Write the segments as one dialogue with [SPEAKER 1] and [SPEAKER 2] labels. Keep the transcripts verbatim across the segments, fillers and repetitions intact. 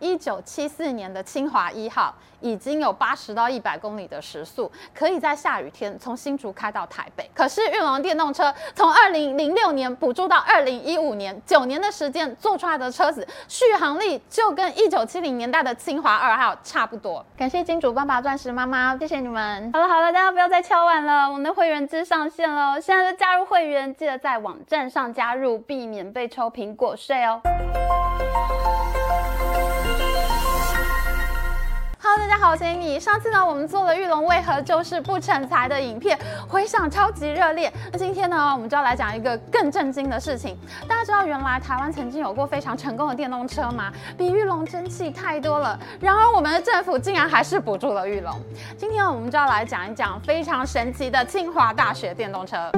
[SPEAKER 1] 一九七四年的清华一号已经有八十到一百公里的时速，可以在下雨天从新竹开到台北。可是裕隆电动车从二零零六年补助到二零一五年，九年的时间做出来的车子续航力就跟一九七零年代的清华二号差不多。感谢金主爸爸、钻石妈妈，谢谢你们。好了好了，大家不要再敲碗了，我们的会员制上线了，现在就加入会员，记得在网站上加入，避免被抽苹果税哦。Hello， 大家好，我是 Amy。上次呢，我们做了裕隆为何就是不成才的影片，回响超级热烈。那今天呢，我们就要来讲一个更震惊的事情。大家知道原来台湾曾经有过非常成功的电动车吗？比裕隆争气太多了。然而我们的政府竟然还是补助了裕隆。今天我们就要来讲一讲非常神奇的清华大学电动车。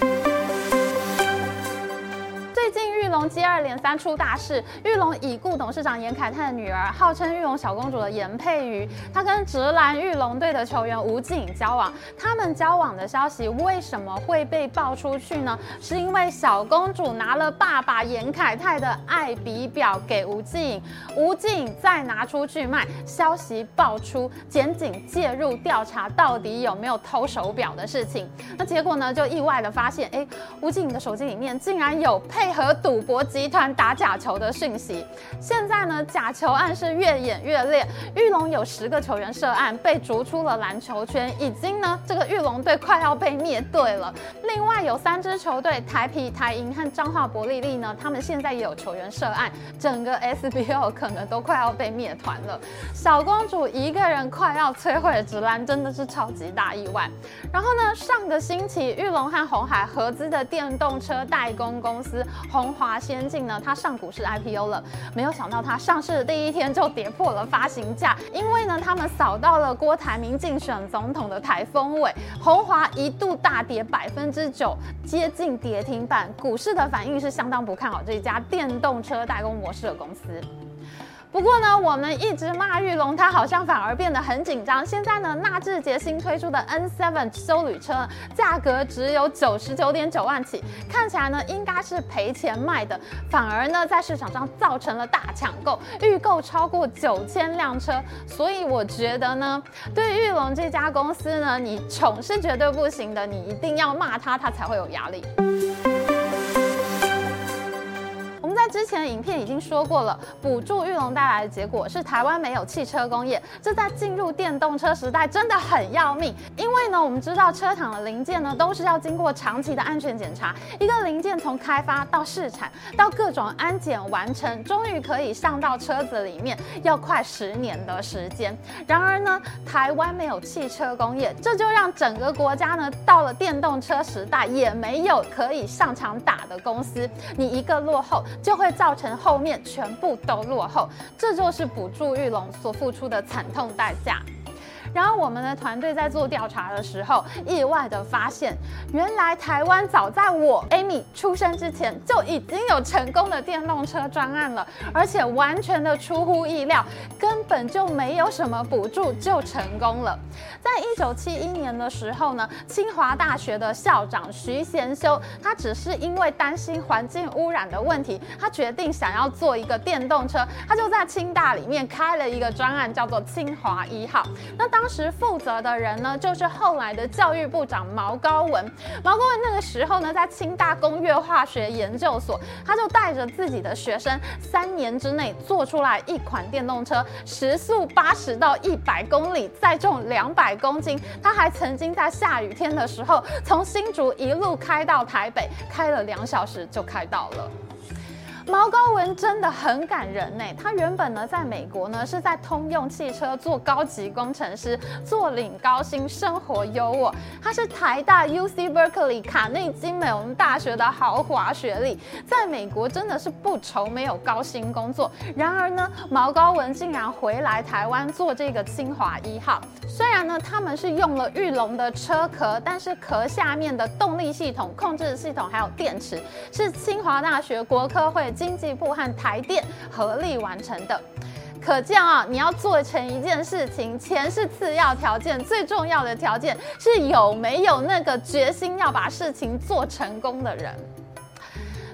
[SPEAKER 1] 最近裕隆接二连三出大事，裕隆已故董事长严凯泰的女儿，号称裕隆小公主的严佩瑜，她跟直男裕隆队的球员吴静颖交往。他们交往的消息为什么会被爆出去呢？是因为小公主拿了爸爸严凯泰的爱笔表给吴静颖，吴静颖再拿出去卖，消息爆出，检警介入调查到底有没有偷手表的事情。那结果呢，就意外的发现，哎，吴静颖的手机里面竟然有配和赌博集团打假球的讯息。现在呢，假球案是越演越烈，裕隆有十个球员涉案，被逐出了篮球圈，已经呢，这个裕隆队快要被灭队了。另外有三支球队，台啤、台银和彰化伯利利呢，他们现在也有球员涉案，整个 S B O 可能都快要被灭团了。小公主一个人快要摧毁了直男，真的是超级大意外。然后呢，上个星期裕隆和鸿海合资的电动车代工公司鸿华先进呢，它上股市 I P O 了，没有想到它上市的第一天就跌破了发行价，因为呢，他们扫到了郭台铭竞选总统的台风尾，鸿华一度大跌百分之九，接近跌停板，股市的反应是相当不看好这一家电动车代工模式的公司。不过呢，我们一直骂裕隆，它好像反而变得很紧张。现在呢，纳智捷新推出的 N 七 休旅车，价格只有九十九点九万起，看起来呢应该是赔钱卖的，反而呢在市场上造成了大抢购，预购超过九千辆车。所以我觉得呢，对裕隆这家公司呢，你宠是绝对不行的，你一定要骂它，它才会有压力。在之前的影片已经说过了，补助裕隆带来的结果是台湾没有汽车工业，这在进入电动车时代真的很要命。因为呢，我们知道车厂的零件呢都是要经过长期的安全检查，一个零件从开发到试产到各种安检完成，终于可以上到车子里面，要快十年的时间。然而呢，台湾没有汽车工业，这就让整个国家呢到了电动车时代也没有可以上场打的公司，你一个落后就会造成后面全部都落后，这就是补助裕隆所付出的惨痛代价。然后我们的团队在做调查的时候，意外的发现，原来台湾早在我 Amy 出生之前就已经有成功的电动车专案了，而且完全的出乎意料，根本就没有什么补助就成功了。在一九七一年的时候呢，清华大学的校长徐贤修，他只是因为担心环境污染的问题，他决定想要做一个电动车，他就在清大里面开了一个专案，叫做清华一号。那当时负责的人呢，就是后来的教育部长毛高文。毛高文那个时候呢，在清大工业化学研究所，他就带着自己的学生，三年之内做出来一款电动车，时速八十到一百公里，载重两百公斤。他还曾经在下雨天的时候，从新竹一路开到台北，开了两小时就开到了。毛高文真的很感人呢，他原本呢在美国呢是在通用汽车做高级工程师，坐领高薪，生活优渥。他是台大 U C Berkeley 卡内基梅隆大学的豪华学历，在美国真的是不愁没有高薪工作。然而呢，毛高文竟然回来台湾做这个清华一号。虽然呢他们是用了裕隆的车壳，但是壳下面的动力系统、控制系统还有电池是清华大学国科会、经济部和台电合力完成的。可见啊，你要做成一件事情，钱是次要条件，最重要的条件是有没有那个决心要把事情做成功的人。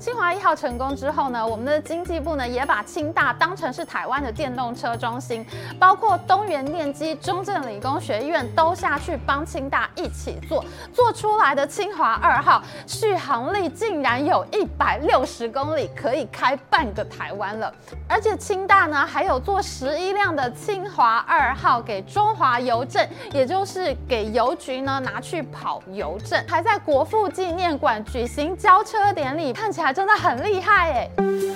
[SPEAKER 1] 清华一号成功之后呢，我们的经济部呢也把清大当成是台湾的电动车中心，包括东元电机、中正理工学院都下去帮清大一起做，做出来的清华二号续航力竟然有一百六十公里，可以开半个台湾了。而且清大呢还有做十一辆的清华二号给中华邮政，也就是给邮局呢拿去跑邮政，还在国父纪念馆举行交车典礼，看起来真的很厉害哎。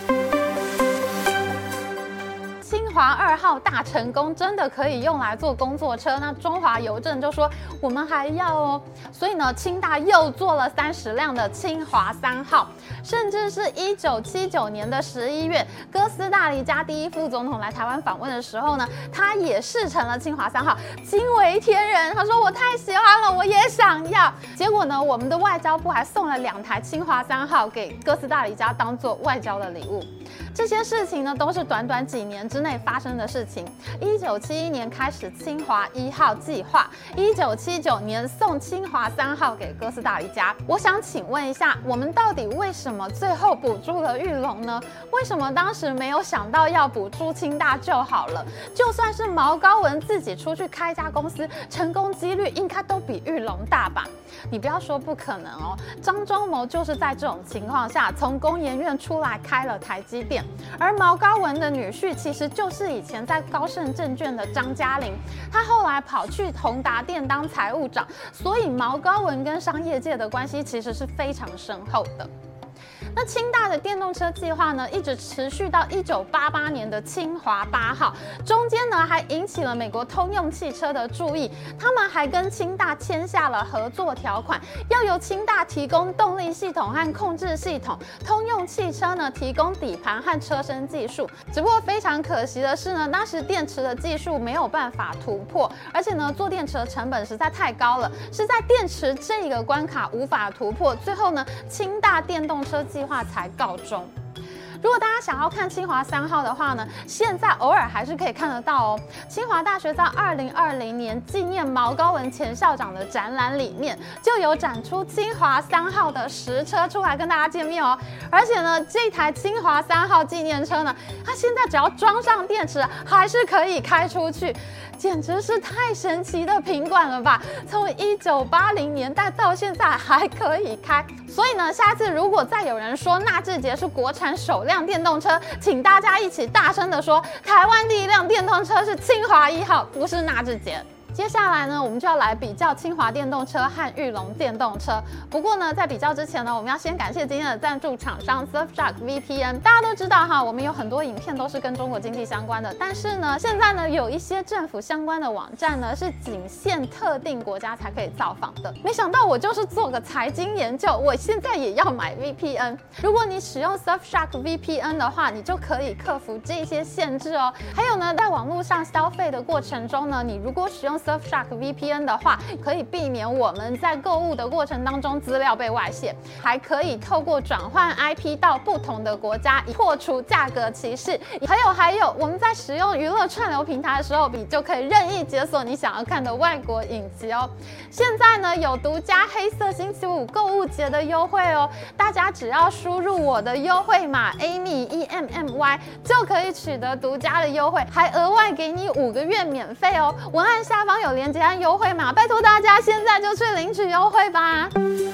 [SPEAKER 1] 清华二号大成功，真的可以用来做工作车。那中华邮政就说我们还要哦，所以呢，清大又做了三十辆的清华三号，甚至是一九七九年的十一月，哥斯达黎加第一副总统来台湾访问的时候呢，他也试乘了清华三号，惊为天人。他说我太喜欢了，我也想要。结果呢，我们的外交部还送了两台清华三号给哥斯达黎加当做外交的礼物。这些事情呢，都是短短几年之内发生的事情。一九七一年开始清华一号计划，一九七九年送清华三号给哥斯达黎加。我想请问一下，我们到底为什么最后补助了裕隆呢？为什么当时没有想到要补助清大就好了？就算是毛高文自己出去开一家公司，成功几率应该都比裕隆大吧？你不要说不可能哦，张忠谋就是在这种情况下从工研院出来开了台积电，而毛高文的女婿其实就是以前在高盛证券的张嘉玲，他后来跑去宏达电当财务长，所以毛高文跟商业界的关系其实是非常深厚的。那清大的电动车计划呢，一直持续到一九八八年的清华八号，中间呢还引起了美国通用汽车的注意，他们还跟清大签下了合作条款，要由清大提供动力系统和控制系统，通用汽车呢提供底盘和车身技术。只不过非常可惜的是呢，当时电池的技术没有办法突破，而且呢做电池的成本实在太高了，是在电池这个关卡无法突破，最后呢清大电动车计划才告终。如果大家想要看清华三号的话呢，现在偶尔还是可以看得到哦。清华大学在二零二零年纪念毛高文前校长的展览里面，就有展出清华三号的实车出来跟大家见面哦。而且呢，这台清华三号纪念车呢，它现在只要装上电池，还是可以开出去，简直是太神奇的品管了吧！从一九八零年代到现在还可以开。所以呢，下次如果再有人说纳智捷是国产首辆电动车，请大家一起大声的说，台湾第一辆电动车是清华一号，不是纳智捷。接下来呢，我们就要来比较清华电动车和裕隆电动车。不过呢，在比较之前呢，我们要先感谢今天的赞助厂商 Surfshark V P N。大家都知道哈，我们有很多影片都是跟中国经济相关的，但是呢，现在呢有一些政府相关的网站呢是仅限特定国家才可以造访的。没想到我就是做个财经研究，我现在也要买 V P N。如果你使用 Surfshark V P N 的话，你就可以克服这些限制哦。还有呢，在网络上消费的过程中呢，你如果使用 Surfshark V P N 的话，可以避免我们在购物的过程当中资料被外泄，还可以透过转换 I P 到不同的国家，以破除价格歧视。还有还有，我们在使用娱乐串流平台的时候，你就可以任意解锁你想要看的外国影集哦。现在呢，有独家黑色星期五购物节的优惠哦，大家只要输入我的优惠码 Amy E M M Y 就可以取得独家的优惠，还额外给你五个月免费哦。文案下方有连结和优惠码，拜托大家现在就去领取优惠吧。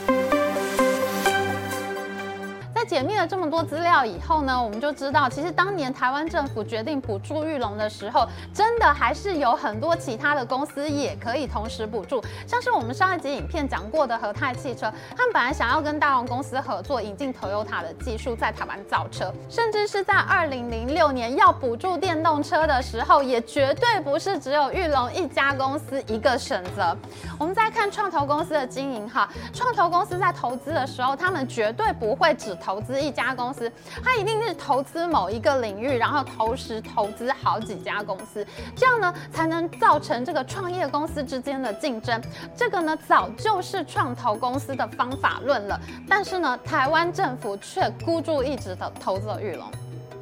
[SPEAKER 1] 在解密了这么多资料以后呢，我们就知道，其实当年台湾政府决定补助裕隆的时候，真的还是有很多其他的公司也可以同时补助，像是我们上一集影片讲过的和泰汽车，他们本来想要跟大荣公司合作，引进 Toyota 的技术在台湾造车，甚至是在二零零六年要补助电动车的时候，也绝对不是只有裕隆一家公司一个选择。我们再看创投公司的经营哈，创投公司在投资的时候，他们绝对不会只投资一家公司，它一定是投资某一个领域，然后同时投资好几家公司，这样呢才能造成这个创业公司之间的竞争。这个呢早就是创投公司的方法论了，但是呢台湾政府却孤注一掷的投资了裕隆。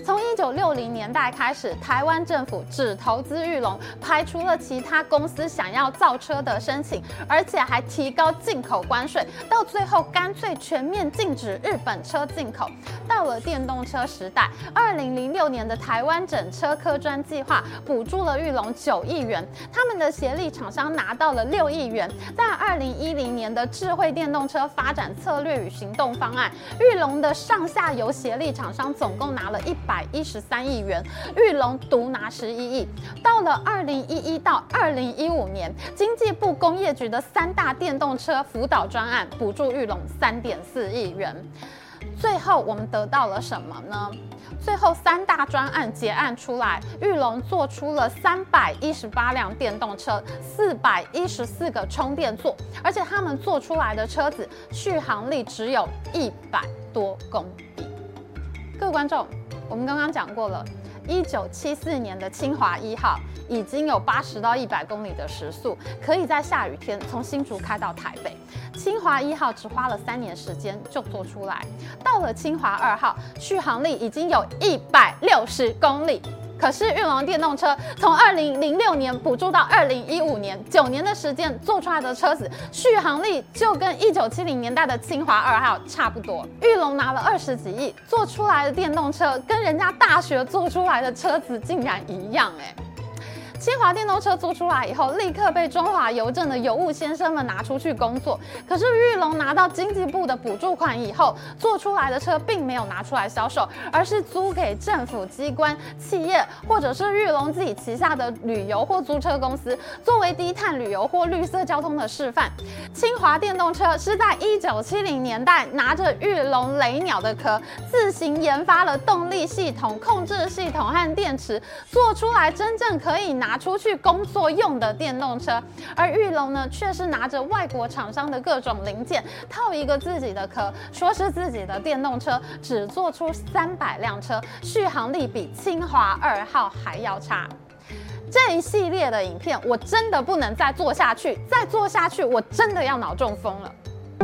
[SPEAKER 1] 从一九六零年代开始，台湾政府只投资裕隆，排除了其他公司想要造车的申请，而且还提高进口关税，到最后干脆全面禁止日本车进口。到了电动车时代，二零零六年的台湾整车科专计划补助了裕隆九亿元，他们的协力厂商拿到了六亿元。在二零一零年的智慧电动车发展策略与行动方案，裕隆的上下游协力厂商总共拿了一百一十三亿元，裕隆独拿十一亿。到了二零一一到二零一五年，经济部工业局的三大电动车辅导专案补助裕隆三点四亿元。最后我们得到了什么呢？最后三大专案结案出来，裕隆做出了三百一十八辆电动车，四百一十四个充电座，而且他们做出来的车子续航力只有一百多公里。各位观众，我们刚刚讲过了，一九七四年的清华一号已经有八十到一百公里的时速，可以在下雨天从新竹开到台北。清华一号只花了三年时间就做出来，到了清华二号，续航力已经有一百六十公里。可是裕隆电动车从二零零六年补助到二零一五年，九年的时间做出来的车子续航力就跟一九七零年代的清华二号差不多。裕隆拿了二十几亿做出来的电动车，跟人家大学做出来的车子竟然一样哎、欸。清华电动车做出来以后，立刻被中华邮政的邮务先生们拿出去工作。可是裕隆拿到经济部的补助款以后，做出来的车并没有拿出来销售，而是租给政府机关、企业，或者是裕隆自己旗下的旅游或租车公司，作为低碳旅游或绿色交通的示范。清华电动车是在一九七零年代拿着裕隆雷鸟的壳，自行研发了动力系统、控制系统和电池，做出来真正可以拿拿出去工作用的电动车，而裕隆呢，却是拿着外国厂商的各种零件，套一个自己的壳，说是自己的电动车，只做出三百辆车，续航力比清华二号还要差。这一系列的影片，我真的不能再做下去，再做下去，我真的要脑中风了。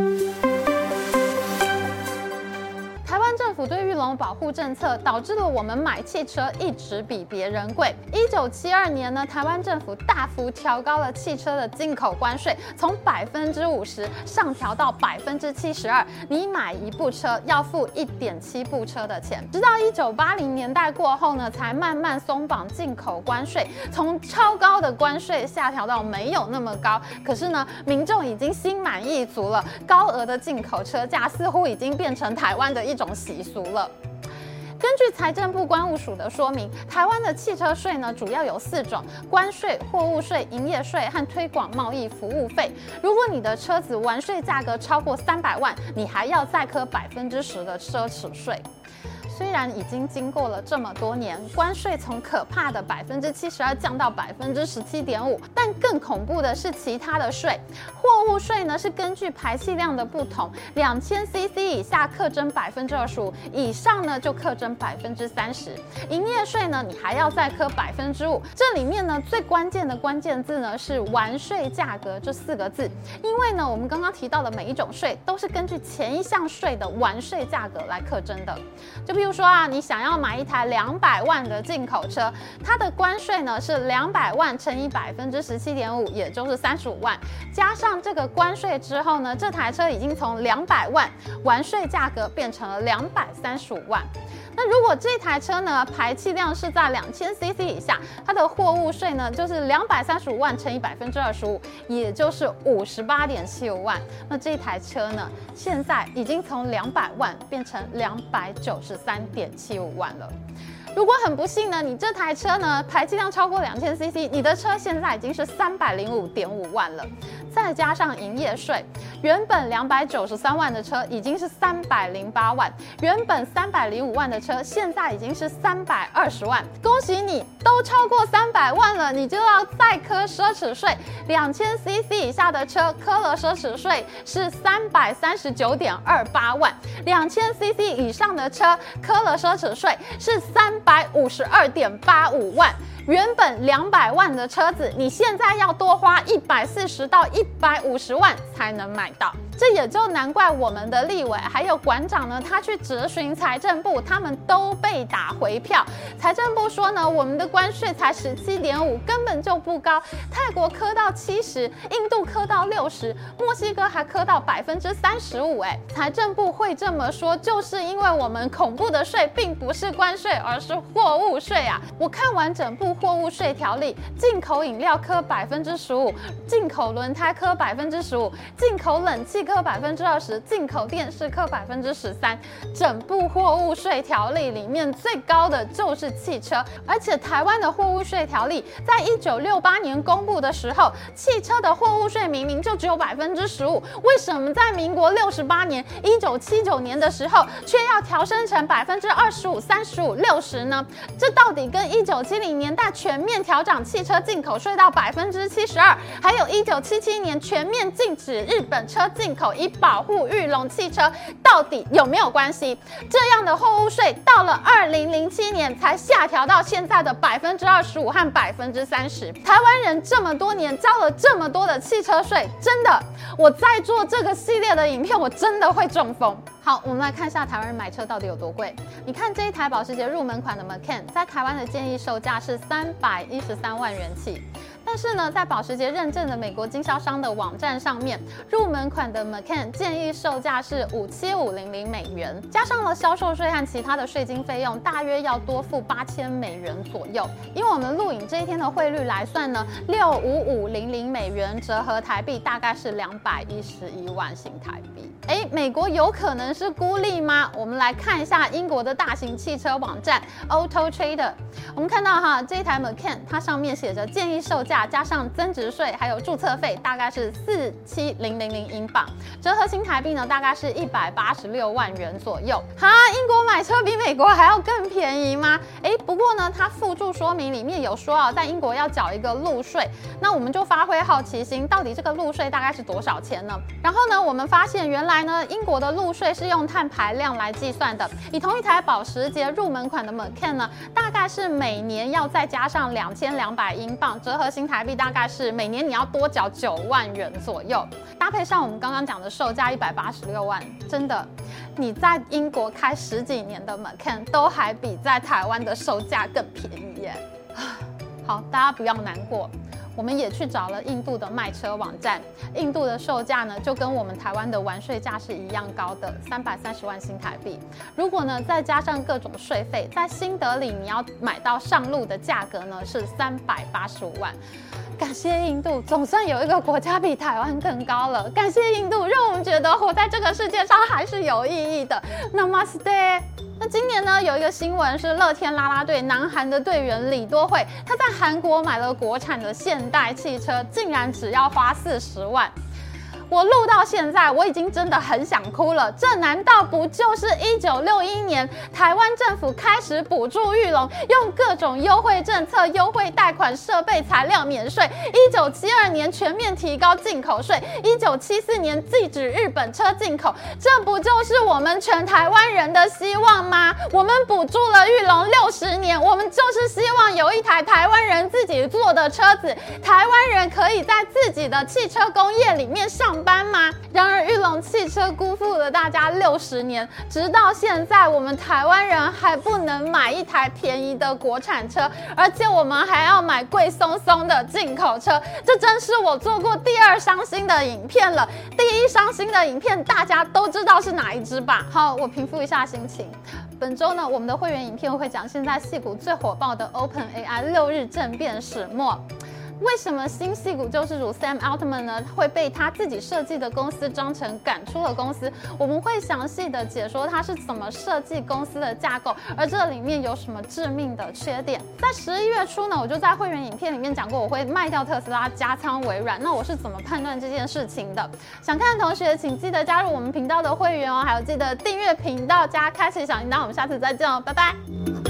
[SPEAKER 1] 台湾政府对裕隆保护政策，导致了我们买汽车一直比别人贵。一九七二年呢，台湾政府大幅调高了汽车的进口关税，从百分之五十上调到百分之七十二。你买一部车要付一点七部车的钱。直到一九八零年代过后呢，才慢慢松绑进口关税，从超高的关税下调到没有那么高。可是呢，民众已经心满意足了，高额的进口车价似乎已经变成台湾的一种习俗了。根据财政部关务署的说明，台湾的汽车税呢，主要有四种：关税、货物税、营业税和推广贸易服务费。如果你的车子完税价格超过三百万，你还要再科百分之十的奢侈税。虽然已经经过了这么多年，关税从可怕的百分之七十二降到百分之十七点五，但更恐怖的是其他的税。货物税呢是根据排气量的不同，两千 C C 以下课征百分之二十五，以上呢就课征百分之三十。营业税呢，你还要再科百分之五。这里面呢最关键的关键字呢是完税价格这四个字，因为呢我们刚刚提到的每一种税都是根据前一项税的完税价格来课征的。就比如说啊，你想要买一台两百万的进口车，它的关税呢是两百万乘以百分之十七点五，也就是三十五万。加上这个关税之后呢，这台车已经从两百万完税价格变成了两百三十五万。那如果这台车呢排气量是在两千 C C 以下，它的货物税呢就是两百三十五万乘以百分之二十五，也就是五十八点七五万。那这台车呢，现在已经从两百万变成两百九十三点七五万了。如果很不幸呢，你这台车呢排气量超过两千 C C， 你的车现在已经是三百零五点五万了，再加上营业税，原本两百九十三万的车已经是三百零八万，原本三百零五万的车现在已经是三百二十万。恭喜你，都超过三百万了，你就要再科奢侈税。两千 C C 以下的车科了奢侈税是三百三十九点二八万，两千 C C 以上的车科了奢侈税是三百五十二点八五万。原本两百万的车子，你现在要多花一百四十到一百五十万才能买到。 这也就难怪我们的立委还有馆长呢，他去质询财政部，他们都被打回票。财政部说呢，我们的关税才十七点五，根本就不高。泰国科到七十，印度科到六十，墨西哥还科到百分之三十五。哎，财政部会这么说，就是因为我们恐怖的税并不是关税，而是货物税啊。我看完整部货物税条例，进口饮料科百分之十五，进口轮胎科百分之十五，进口冷气科百分之二十，进口电视科百分之十三。整部货物税条例里面最高的就是汽车，而且台湾的货物税条例在一九六八年公布的时候，汽车的货物税明明就只有百分之十五，为什么在民国六十八年一九七九年的时候却要调升成百分之二十五、三十五、六十呢？这到底跟一九七零年代全面调涨汽车进口税到百分之七十二，还有一九七七年全面禁止日本车进口以保护裕隆汽车，到底有没有关系？这样的货物税到了二零零七年才下调到现在的百分之二十五和百分之三十。台湾人这么多年交了这么多的汽车税，真的，我在做这个系列的影片，我真的会中风。好，我们来看一下台湾人买车到底有多贵。你看这一台保时捷入门款的 Macan， 在台湾的建议售价是三百一十三万元起。但是呢，在保时捷认证的美国经销商的网站上面，入门款的 Macan 建议售价是五千七百五十美元，加上了销售税和其他的税金费用，大约要多付八千美元左右。以我们录影这一天的汇率来算呢，六百五十五美元折合台币大概是两百一十一万新台币。哎，美国有可能是孤立吗？我们来看一下英国的大型汽车网站 Auto Trader。我们看到哈，这一台 Macan 它上面写着建议售价加上增值税还有注册费大概是四千七百英镑，折合新台币呢大概是一百八十六万元左右。哈，英国买车比美国还要更便宜吗？哎，不过呢，它附注说明里面有说啊，在英国要缴一个路税，那我们就发挥好奇心，到底这个路税大概是多少钱呢？然后呢，我们发现原来呢，英国的路税是用碳排量来计算的。以同一台保时捷入门款的 Macan 呢，大概是每年要再加上两千两百英镑，折合新台币大概是每年你要多缴九万元左右。搭配上我们刚刚讲的售价一百八十六万，真的，你在英国开十几年的 Macan 都还比在台湾的售价更便宜耶。好，大家不要难过。我们也去找了印度的卖车网站，印度的售价呢就跟我们台湾的完税价是一样高的，三百三十万新台币。如果呢再加上各种税费，在新德里你要买到上路的价格呢是三百八十五万。感谢印度，总算有一个国家比台湾更高了。感谢印度，让我们觉得活在这个世界上还是有意义的。Namaste。那今年呢，有一个新闻是乐天啦啦队南韩的队员李多惠，他在韩国买了国产的现代汽车，竟然只要花四十万。我录到现在，我已经真的很想哭了。这难道不就是一九六一年台湾政府开始补助裕隆，用各种优惠政策、优惠贷款、设备材料免税？一九七二年全面提高进口税，一九七四年禁止日本车进口，这不就是我们全台湾人的希望吗？我们补助了裕隆六十年，我们就是希望有一台台湾人自己做的车子，台湾人可以在自己的汽车工业里面上班吗？然而裕隆汽车辜负了大家六十年，直到现在我们台湾人还不能买一台便宜的国产车，而且我们还要买贵松松的进口车，这真是我做过第二伤心的影片了。第一伤心的影片大家都知道是哪一支吧？好，我平复一下心情。本周呢，我们的会员影片会讲现在矽谷最火爆的 OpenAI 六日政变始末。为什么新矽谷救世主 Sam Altman 呢会被他自己设计的公司章程赶出了公司？我们会详细的解说他是怎么设计公司的架构，而这里面有什么致命的缺点。在十一月初呢，我就在会员影片里面讲过，我会卖掉特斯拉，加仓微软。那我是怎么判断这件事情的？想看的同学请记得加入我们频道的会员哦，还有记得订阅频道加开启小铃铛。我们下次再见哦，拜拜。